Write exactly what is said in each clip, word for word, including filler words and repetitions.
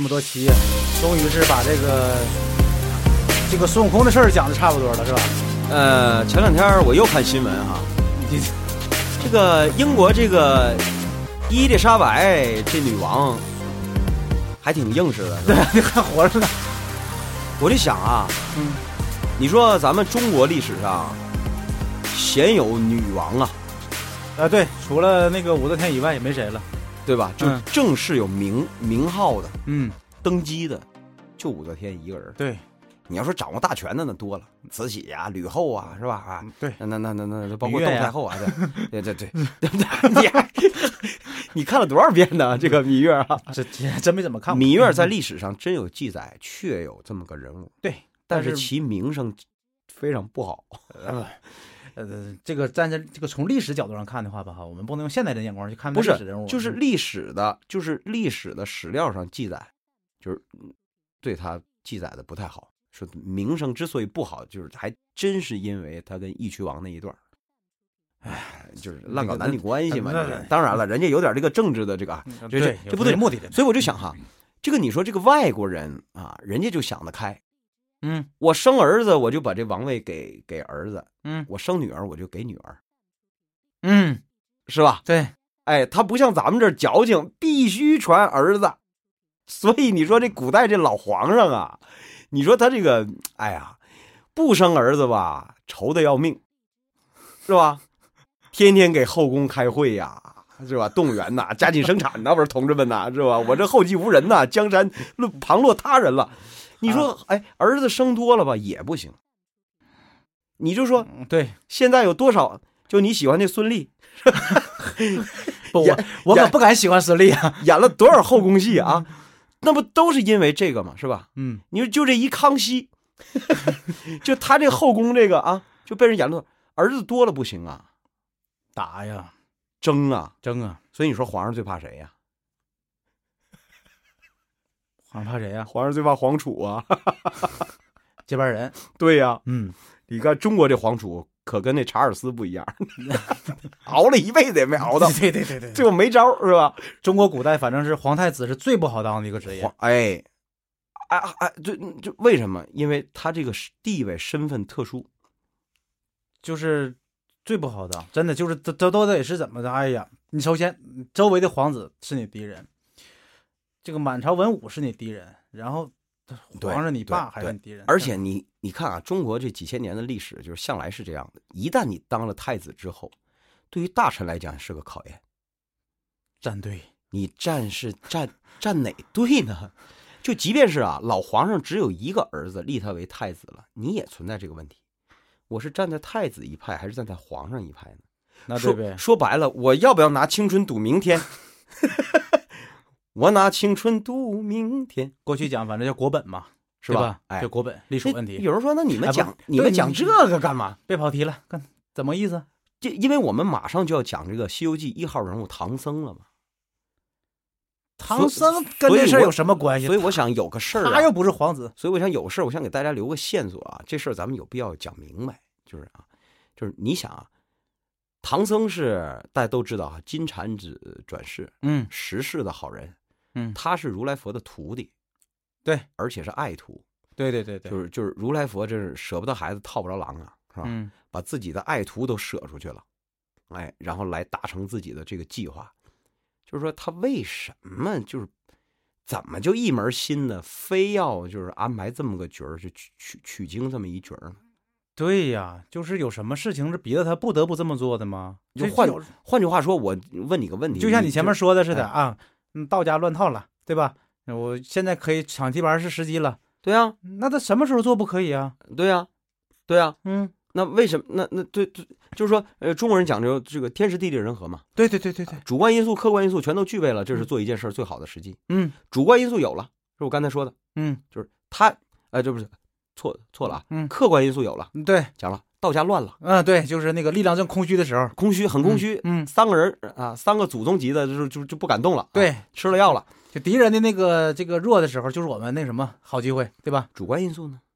么多期，终于是把这个这个孙悟空的事儿讲的差不多了，是吧？ 呃，前两天我又看新闻哈，这个英国这个伊丽莎白这女王还挺硬实的， 对，你还活着呢。 我就想啊，嗯，你说咱们中国历史上鲜有女王啊， 啊，对，除了那个武则天以外也没谁了， 对吧？就正式有名、嗯、名号的， 嗯， 登基的，就武则天一个人。 对。 你要说掌握大权的那多了，慈禧啊、吕后啊，是吧？啊， 对， 那那那那那包括窦太后啊，对对对对对对，你还你看了多少遍呢？这个芈月啊， 这真没怎么看过。 芈月在历史上真有记载，确有这么个人物。 对， 但是其名声非常不好。 呃，呃，这个站在这个从历史角度上看的话吧，哈，我们不能用现代人眼光去看历史人物， 不是，就是历史的，就是历史的史料上记载，就是对他记载的不太好。说名声之所以不好，就是还真是因为他跟义渠王那一段，哎，就是乱搞男女关系嘛。当然了，人家有点这个政治的这个，这这这不对目的的。 所以我就想哈，这个你说这个外国人啊，人家就想得开， 嗯， 我生儿子我就把这王位给给儿子， 嗯， 我生女儿我就给女儿， 嗯， 是吧？ 对， 哎，他不像咱们这矫情，必须传儿子。所以你说这古代这老皇上啊。你说他这个，哎呀，不生儿子吧，愁得要命，是吧？天天给后宫开会呀，是吧？动员呐，加紧生产呐，不是同志们呐，是吧？我这后继无人呐，江山旁落他人了。你说，哎，儿子生多了吧也不行。你就说， 对， 现在有多少？就你喜欢那孙俪， 不，我我可不敢喜欢孙俪啊， 演了多少后宫戏啊？那不都是因为这个嘛，是吧？ 嗯， 你说就这一康熙，就他这后宫这个啊，就被人言论，儿子多了不行啊， 打呀， 争啊， 争啊。 所以你说皇上最怕谁呀？ 皇上怕谁呀？ 皇上最怕皇储啊， 接班人。 对呀， 嗯， 你看中国这皇储可跟那查尔斯不一样，熬了一辈子也没熬到， 对对对对， 最后没招是吧？ 中国古代反正是皇太子是最不好当的一个职业。 哎，哎哎，就就为什么？因为他这个地位身份特殊， 就是最不好当，真的就是都都都得是怎么的？哎呀，你首先周围的皇子是你敌人，这个满朝文武是你敌人，然后皇上你爸还是你敌人。 而且你你看啊，中国这几千年的历史就是向来是这样的，一旦你当了太子之后，对于大臣来讲是个考验。 站队， 你站是站站哪队呢？就即便是啊，老皇上只有一个儿子立他为太子了，你也存在这个问题。我是站在太子一派，还是站在皇上一派呢？ 那对呗。 说说白了，我要不要拿青春赌明天？我拿青春赌明天。 过去讲反正叫国本嘛， 是吧？ 哎，就国本隶属问题。 有人说，那你们讲、哎、你们讲这个干嘛？ 别跑题了，干怎么意思？ 这因为我们马上就要讲这个《西游记》一号人物唐僧了嘛。 唐僧跟这事儿有什么关系？ 所以我想有个事儿、啊， 他又不是皇子， 所以我想有个事儿，我想给大家留个线索啊。这事儿咱们有必要讲明白，就是啊，就是你想啊，唐僧是大家都知道啊，金蝉子转世， 嗯， 十世的好人， 嗯， 他是如来佛的徒弟， 对， 而且是爱徒， 对对对对， 就是就是如来佛这是舍不得孩子套不着狼啊，是吧？ 嗯， 把自己的爱徒都舍出去了，哎，然后来达成自己的这个计划。就是说他为什么就是怎么就一门心的非要就是安排这么个角儿，就取取取经这么一角儿呢？ 对呀，就是有什么事情是逼得他不得不这么做的吗？ 就换换句话说，我问你个问题， 就像你前面说的似的、 哎、 啊，嗯，道家乱套了，对吧？我现在可以抢地盘是时机了， 对啊， 那他什么时候做不可以啊？ 对啊，对啊， 嗯。 那为什么？那那对对，就是说，呃，中国人讲究这个天时地利人和嘛。 对对对对对， 主观因素、客观因素全都具备了，这是做一件事最好的时机。 嗯， 主观因素有了，是我刚才说的。 嗯， 就是他，呃，这不是错错了啊。 嗯， 客观因素有了。 对， 讲了，道家乱了。 嗯，对，就是那个力量正空虚的时候， 空虚很空虚。 嗯，嗯三个人啊，三个祖宗级的，就就就不敢动了。 对， 啊、吃了药了。 就敌人的那个这个弱的时候，就是我们那什么好机会，对吧？ 主观因素呢？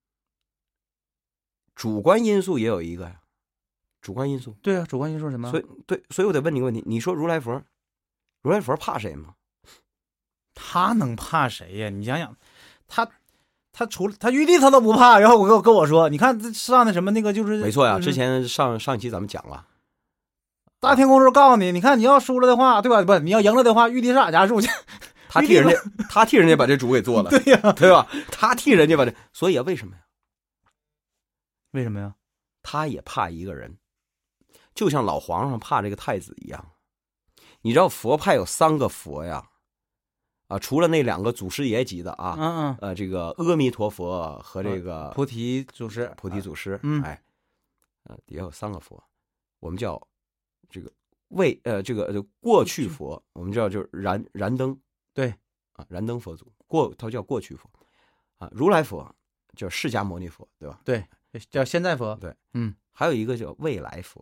主观因素也有一个呀，主观因素。 对啊，主观因素是什么？ 所以对，所以我得问你个问题：你说如来佛，如来佛怕谁吗？ 他能怕谁呀？你想想，他他除了他玉帝他都不怕，然后我跟跟我说，你看这上的什么那个就是没错呀， 就是之前上上一期咱们讲了， 大天宫时候告诉你，你看你要输了的话，对吧？不，你要赢了的话，玉帝上俺家住去。 他替人家他替人家把这主给做了， 对呀， 对吧？他替人家把这，所以啊，为什么呀？ 为什么呀？ 他也怕一个人，就像老皇上怕这个太子一样。你知道佛派有三个佛呀，啊，除了那两个祖师爷级的啊， 嗯嗯， 呃，这个阿弥陀佛和这个菩提祖师， 菩提祖师， 嗯， 哎，呃，底下有三个佛，我们叫这个未呃这个过去佛，我们叫就是燃燃灯， 对啊，燃灯佛祖，过它叫过去佛，啊，如来佛叫释迦牟尼佛，对吧？ 对，叫现在佛， 对， 嗯， 还有一个叫未来佛，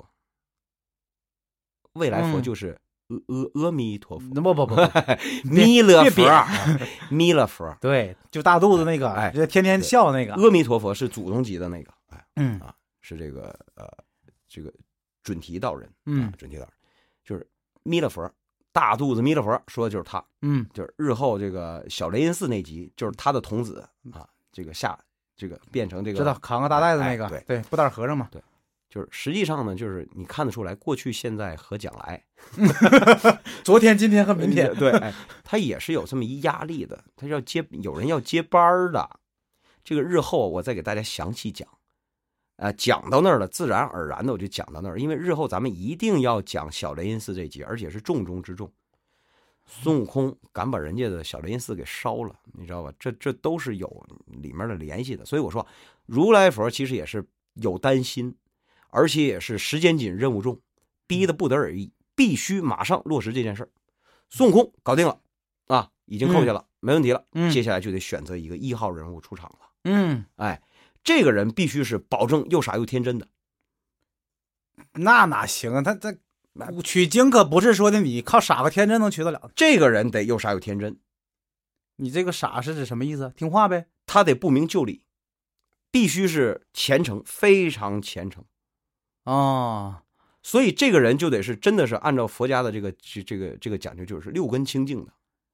未来佛就是阿阿阿弥陀佛， 不不不， 弥勒佛别， 弥勒佛， 对，就大肚子那个， 哎， 天天笑那个， 阿弥陀佛是祖宗级的那个，哎， 嗯啊，是这个呃这个准提道人， 嗯啊，准提道人就是弥勒佛，大肚子弥勒佛，说的就是他， 嗯， 就是日后这个小雷音寺那集，就是他的童子啊，这个下这个变成这个， 知道扛个大袋子那个， 哎对对，布袋和尚嘛， 对，就是实际上呢，就是你看得出来，过去、现在和将来， 昨天、今天和明天， 对，哎，他也是有这么一压力的，他要接有人要接班的，这个日后我再给大家详细讲。呃，讲到那儿了，自然而然的我就讲到那儿，因为日后咱们一定要讲小雷音寺这集，而且是重中之重。孙悟空敢把人家的小雷音寺给烧了，你知道吧？这这都是有里面的联系的。所以我说，如来佛其实也是有担心，而且也是时间紧、任务重，逼得不得而已，必须马上落实这件事儿。孙悟空搞定了啊，已经扣下了，嗯、没问题了。 嗯， 接下来就得选择一个一号人物出场了。 嗯， 哎。这个人必须是保证又傻又天真的， 那哪行啊？他他取经可不是说的你靠傻和天真能取得了。 这个人得又傻又天真。 你这个傻是指什么意思？听话呗。 他得不明就里，必须是虔诚，非常虔诚。 哦， 所以这个人就得是真的是按照佛家的这个这这个这个讲究，就是六根清净的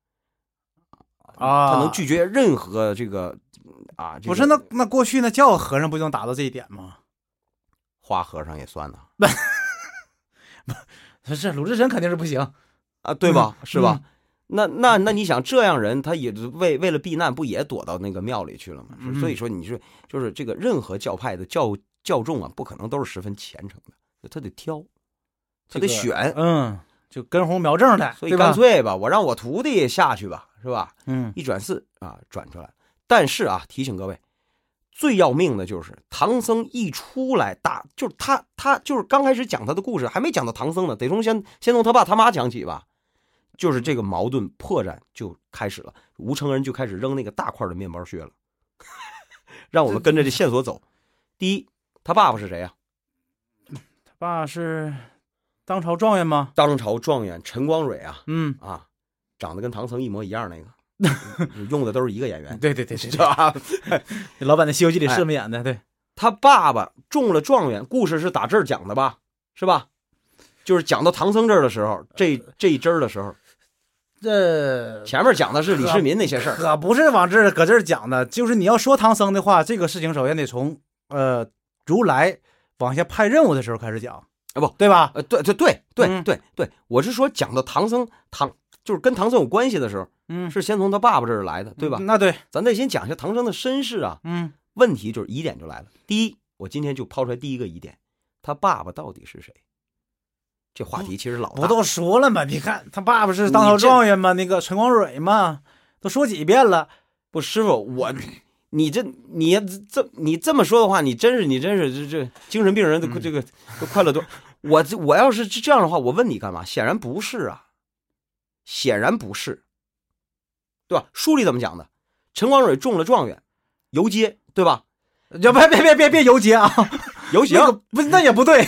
啊， 他能拒绝任何这个。啊，这个、 不是那那过去那教和尚不就能达到这一点吗？ 花和尚也算呢， 不是鲁智深肯定是不行啊，对吧？ 嗯、 是吧？嗯、那那那你想这样人，他也为为了避难，不也躲到那个庙里去了吗？嗯、所以说你说就是这个任何教派的教教众啊，不可能都是十分虔诚的，他得挑，他得选， 这个、嗯，就根红苗正的， 所以干脆吧，我让我徒弟下去吧，是吧？ 嗯， 一转寺啊，转出来。但是啊，提醒各位，最要命的就是唐僧一出来，大就是他他就是刚开始讲他的故事，还没讲到唐僧呢，得从先先从他爸他妈讲起吧。就是这个矛盾破绽就开始了，吴承恩就开始扔那个大块的面包屑了，让我们跟着这线索走。第一，他爸爸是谁呀、 啊？他爸是当朝状元吗？ 当朝状元陈光蕊啊， 嗯啊，长得跟唐僧一模一样那个。用的都是一个演员， 对对对对， 是吧？ 老版的《西游记》里是这么演的。对， 他爸爸中了状元，故事是打这儿讲的吧？是吧？就是讲到唐僧这儿的时候，这这一针的时候， 这前面讲的是李世民那些事儿， 可不是往这儿搁这儿讲的。就是你要说唐僧的话，这个事情首先得从呃如来往下派任务的时候开始讲啊，不对吧？ 呃，对对对对嗯、 对对，我是说讲到唐僧唐。就是跟唐僧有关系的时候， 嗯， 是先从他爸爸这儿来的，对吧？ 嗯、那对， 咱得先讲一下唐僧的身世啊。 嗯， 问题就是疑点就来了。第一，我今天就抛出来第一个疑点，他爸爸到底是谁？这话题其实老大不都说了吗？你看他爸爸是当朝状元吗？那个陈光蕊嘛，都说几遍了。 不，师傅，我你这你这你这么说的话，你真是你真是这这精神病人的这个、嗯、都快乐多。我我要是这样的话，我问你干嘛？显然不是啊。显然不是，对吧？书里怎么讲的？陈光蕊中了状元，游街，对吧？ 要别别别别别游街啊！ 游行、 那个、不，那也不对。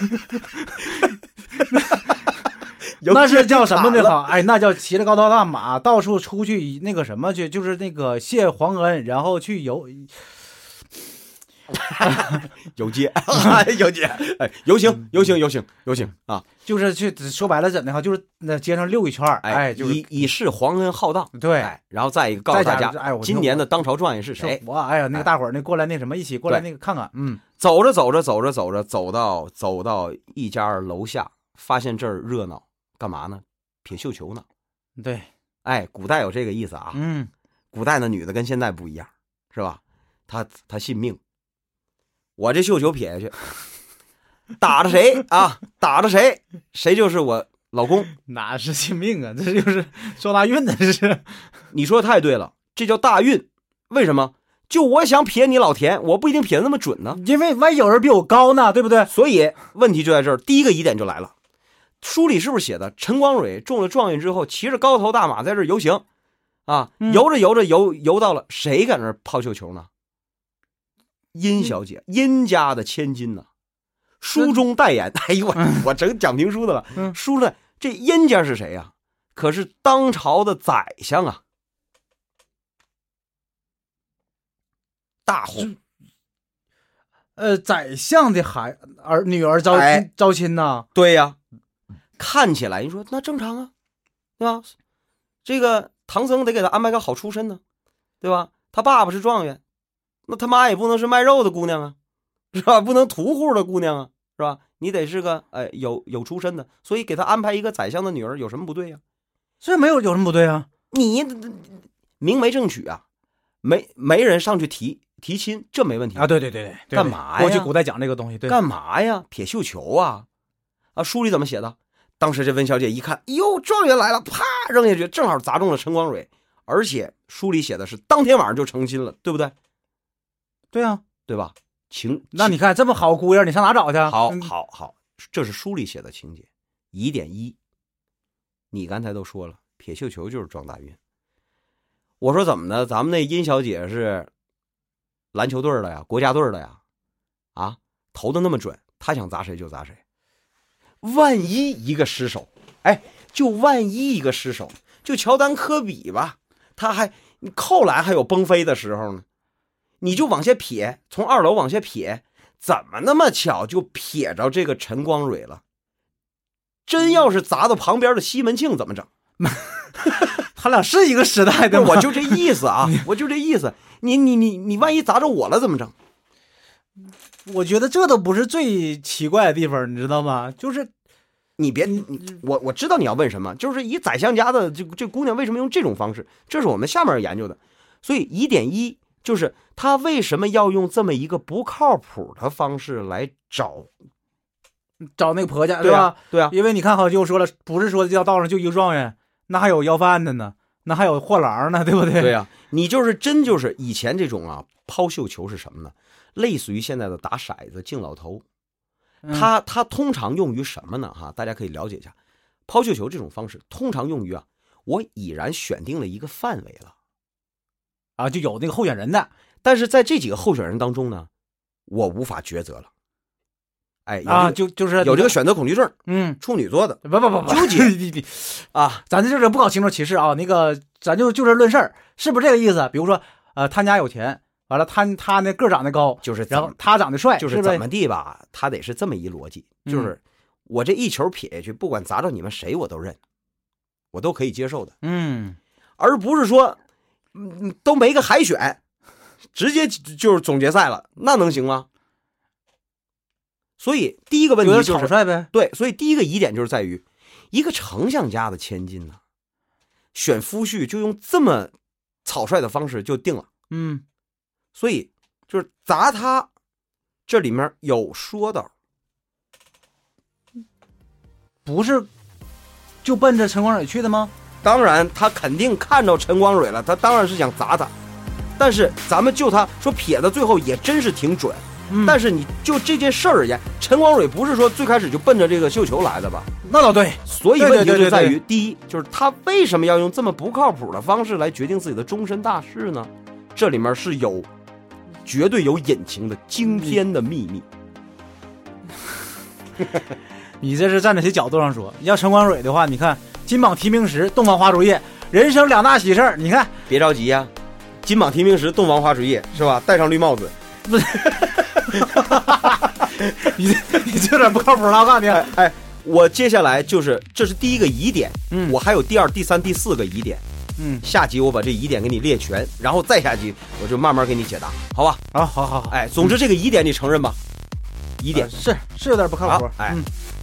那是叫什么的好？哎，那叫骑着高头大马到处出去那个什么去，就是那个谢皇恩，然后去游。 有接有接，哎，游行游行游行游行啊！ 就是去说白了怎的哈，就是那街上溜一圈儿，哎，就是以以示皇恩浩荡， 对， 哎，然后再一个告诉大家， 哎， 今年的当朝状元是谁？ 我哎呀，那个大伙儿那过来那什么，一起过来那个看看，嗯， 走着走着走着走着走到走到一家楼下，发现这儿热闹，干嘛呢？撇绣球呢？ 对， 哎，古代有这个意思啊， 嗯， 古代的女的跟现在不一样，是吧？她她信命，我这绣球撇下去。打着谁啊？打着谁，谁就是我老公。 哪是信命啊？这就是双大运的，这是。 你说的太对了，这叫大运。为什么？就我想撇你老田，我不一定撇得那么准呢。 因为万一有人比我高呢，对不对？ 所以问题就在这儿。第一个疑点就来了，书里是不是写的陈光蕊中了状元之后，骑着高头大马在这儿游行啊？ 嗯、 游着游着游游到了谁在那儿抛绣球呢？殷小姐，殷家的千金呢、啊。书中代言，哎呦我我整讲评书的了。 嗯、 书了，这殷家是谁呀、啊？可是当朝的宰相啊，大红。 呃，宰相的孩儿女儿招、哎、招亲呐？ 对呀、啊，看起来你说那正常啊，对吧？这个唐僧得给他安排个好出身呢，对吧？他爸爸是状元，那他妈也不能是卖肉的姑娘啊。是吧？不能屠户的姑娘啊，是吧？你得是个哎有有出身的，所以给他安排一个宰相的女儿有什么不对呀、啊？ 这没有有什么不对啊？ 你明媒正娶啊，没没人上去提提亲，这没问题啊？对对对 对, 对， 干嘛呀？ 过去古代讲这个东西，对， 干嘛呀？撇绣球啊？啊，书里怎么写的？当时这温小姐一看，哟，状元来了，啪扔下去，正好砸中了陈光蕊，而且书里写的是当天晚上就成亲了，对不对？ 对啊， 对吧？情， 那你看这么好姑娘，你上哪找去？ 好，好，好，这是书里写的情节。疑点一，你刚才都说了，撇绣球就是撞大运。我说怎么的？咱们那殷小姐是篮球队的呀，国家队的呀，啊，投的那么准，她想砸谁就砸谁。万一一个失手，哎，就万一一个失手，就乔丹、科比吧，他还你扣篮还有崩飞的时候呢。你就往下撇，从二楼往下撇，怎么那么巧就撇着这个陈光蕊了？真要是砸到旁边的西门庆怎么整？ 他俩是一个时代的吗？ 我就这意思啊，我就这意思。你你你你万一砸着我了怎么整？ 我觉得这都不是最奇怪的地方，你知道吗？就是你别，你我我知道你要问什么，就是以宰相家的这这姑娘为什么用这种方式？这是我们下面研究的。所以疑点一。就是他为什么要用这么一个不靠谱的方式来找找那个婆家，对吧？ 对啊， 因为你看好就说了，不是说这条道上就一个状元，那还有要饭的呢，那还有货郎呢，对不对？ 对啊，你就是真就是以前这种啊抛绣球是什么呢？类似于现在的打骰子、敬老头，它它通常用于什么呢？哈，大家可以了解一下，抛绣球这种方式通常用于啊，我已然选定了一个范围了。 啊，就有那个候选人的， 但是在这几个候选人当中呢，我无法抉择了。哎， 啊，就就是有这个选择恐惧症， 嗯， 处女座的， 不不不不， 纠结啊， 咱这就是不搞轻重歧视啊，那个咱就就事论事儿，是不是这个意思？比如说，呃，他家有钱，完了他他那个长得高， 就是然后他长得帅， 就是怎么地吧，他得是这么一逻辑，就是、嗯、我这一球撇下去，不管砸着你们谁，我都认，我都可以接受的， 嗯， 而不是说。嗯，都没个海选，直接就是总决赛了，那能行吗？所以第一个问题就是草率呗。 对，所以第一个疑点就是在于，一个丞相家的千金呢、啊，选夫婿就用这么草率的方式就定了。 嗯， 所以就是砸他，这里面有说道， 不是就奔着陈光蕊去的吗？ 当然，他肯定看到陈光蕊了，他当然是想砸他。但是咱们就他说撇的最后也真是挺准、嗯，但是你就这件事儿而言，陈光蕊不是说最开始就奔着这个绣球来的吧？ 那倒对。 所以问题就在于，第一就是他为什么要用这么不靠谱的方式来决定自己的终身大事呢？这里面是有绝对有隐情的惊天的秘密。 你这是站在谁角度上说？要陈光蕊的话，你看。金榜题名时，洞房花烛夜，人生两大喜事儿。你看， 别着急呀、啊，金榜题名时，洞房花烛夜是吧？戴上绿帽子， 不是，你你这有点不靠谱了，我告诉你。 哎哎，我接下来就是这是第一个疑点， 嗯我还有第二、第三、第四个疑点。 嗯， 下集我把这疑点给你列全，然后再下集我就慢慢给你解答，好吧？ 好好好好， 哎，总之这个疑点你承认吧？疑点、 呃是是有点不靠谱好，哎。 嗯